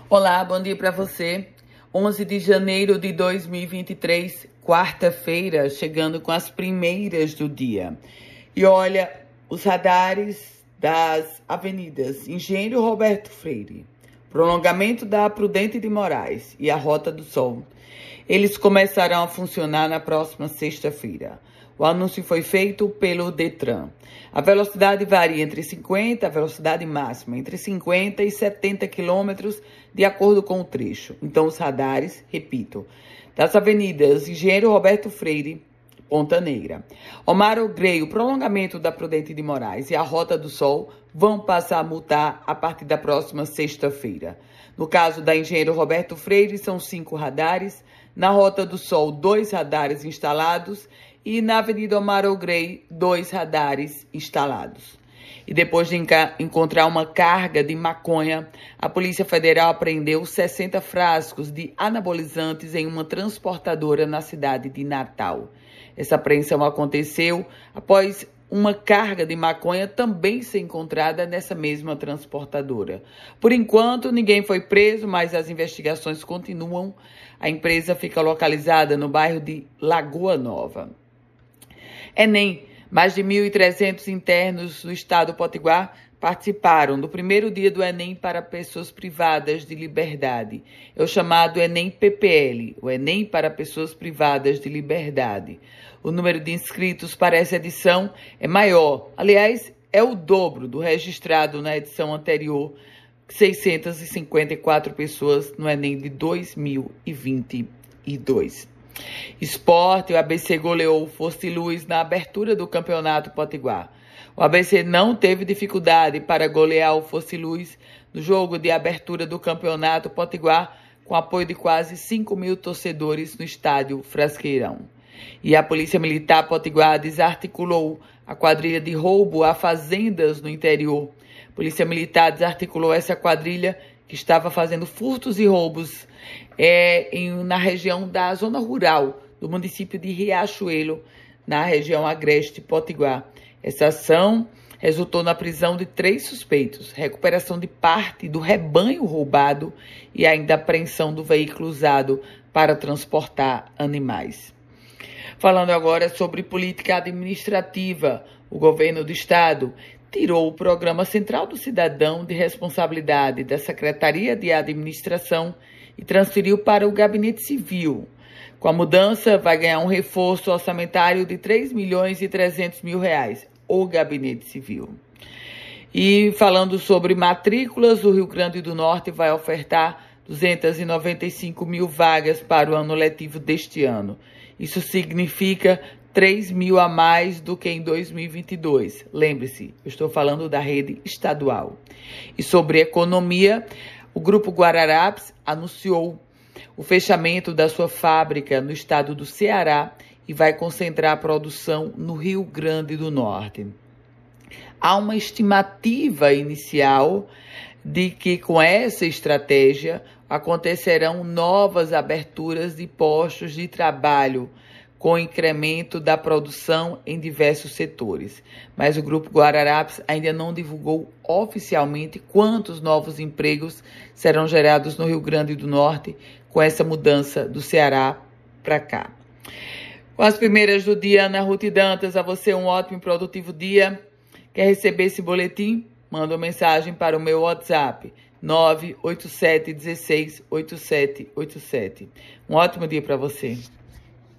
Olá, bom dia para você. 11 de janeiro de 2023, quarta-feira, chegando com as primeiras do dia. E olha, os radares das avenidas Engenheiro Roberto Freire, prolongamento da Prudente de Moraes e a Rota do Sol, eles começarão a funcionar na próxima sexta-feira. O anúncio foi feito pelo Detran. A velocidade varia entre 50, a velocidade máxima, entre 50 e 70 quilômetros, de acordo com o trecho. Então, os radares, repito, das avenidas Engenheiro Roberto Freire, Ponta Negra, Omar Grey, o prolongamento da Prudente de Moraes e a Rota do Sol vão passar a multar a partir da próxima sexta-feira. No caso da Engenheiro Roberto Freire, são 5 radares, na Rota do Sol, 2 radares instalados e na Avenida Omar Grey, 2 radares instalados. E depois de encontrar uma carga de maconha, a Polícia Federal apreendeu 60 frascos de anabolizantes em uma transportadora na cidade de Natal. Essa apreensão aconteceu após uma carga de maconha também ser encontrada nessa mesma transportadora. Por enquanto, ninguém foi preso, mas as investigações continuam. A empresa fica localizada no bairro de Lagoa Nova. Enem, mais de 1.300 internos no estado do Potiguar participaram do primeiro dia do Enem para pessoas privadas de liberdade. É o chamado Enem PPL, o Enem para pessoas privadas de liberdade. O número de inscritos para essa edição é maior, aliás, é o dobro do registrado na edição anterior, 654 pessoas no Enem de 2022. Esporte, o ABC goleou o Força e Luz na abertura do Campeonato Potiguar. O ABC não teve dificuldade para golear o Força e Luz no jogo de abertura do Campeonato Potiguar, com apoio de quase 5.000 torcedores no estádio Frasqueirão. E a Polícia Militar Potiguar desarticulou a quadrilha de roubo a fazendas no interior. A Polícia Militar desarticulou essa quadrilha que estava fazendo furtos e roubos na região da zona rural do município de Riachuelo, na região agreste Potiguar. Essa ação resultou na prisão de 3 suspeitos, recuperação de parte do rebanho roubado e ainda apreensão do veículo usado para transportar animais. Falando agora sobre política administrativa, o governo do estado tirou o Programa Central do Cidadão de responsabilidade da Secretaria de Administração e transferiu para o Gabinete Civil. Com a mudança, vai ganhar um reforço orçamentário de R$3.300.000, o Gabinete Civil. E falando sobre matrículas, o Rio Grande do Norte vai ofertar 295.000 vagas para o ano letivo deste ano. Isso significa 3.000 a mais do que em 2022. Lembre-se, eu estou falando da rede estadual. E sobre economia, o Grupo Guararapes anunciou o fechamento da sua fábrica no estado do Ceará e vai concentrar a produção no Rio Grande do Norte. Há uma estimativa inicial de que com essa estratégia acontecerão novas aberturas de postos de trabalho, com incremento da produção em diversos setores. Mas o Grupo Guararapes ainda não divulgou oficialmente quantos novos empregos serão gerados no Rio Grande do Norte com essa mudança do Ceará para cá. Com as primeiras do dia, Ana Ruth Dantas, a você um ótimo e produtivo dia. Quer receber esse boletim? Manda uma mensagem para o meu WhatsApp, 987 16 8787. Um ótimo dia para você.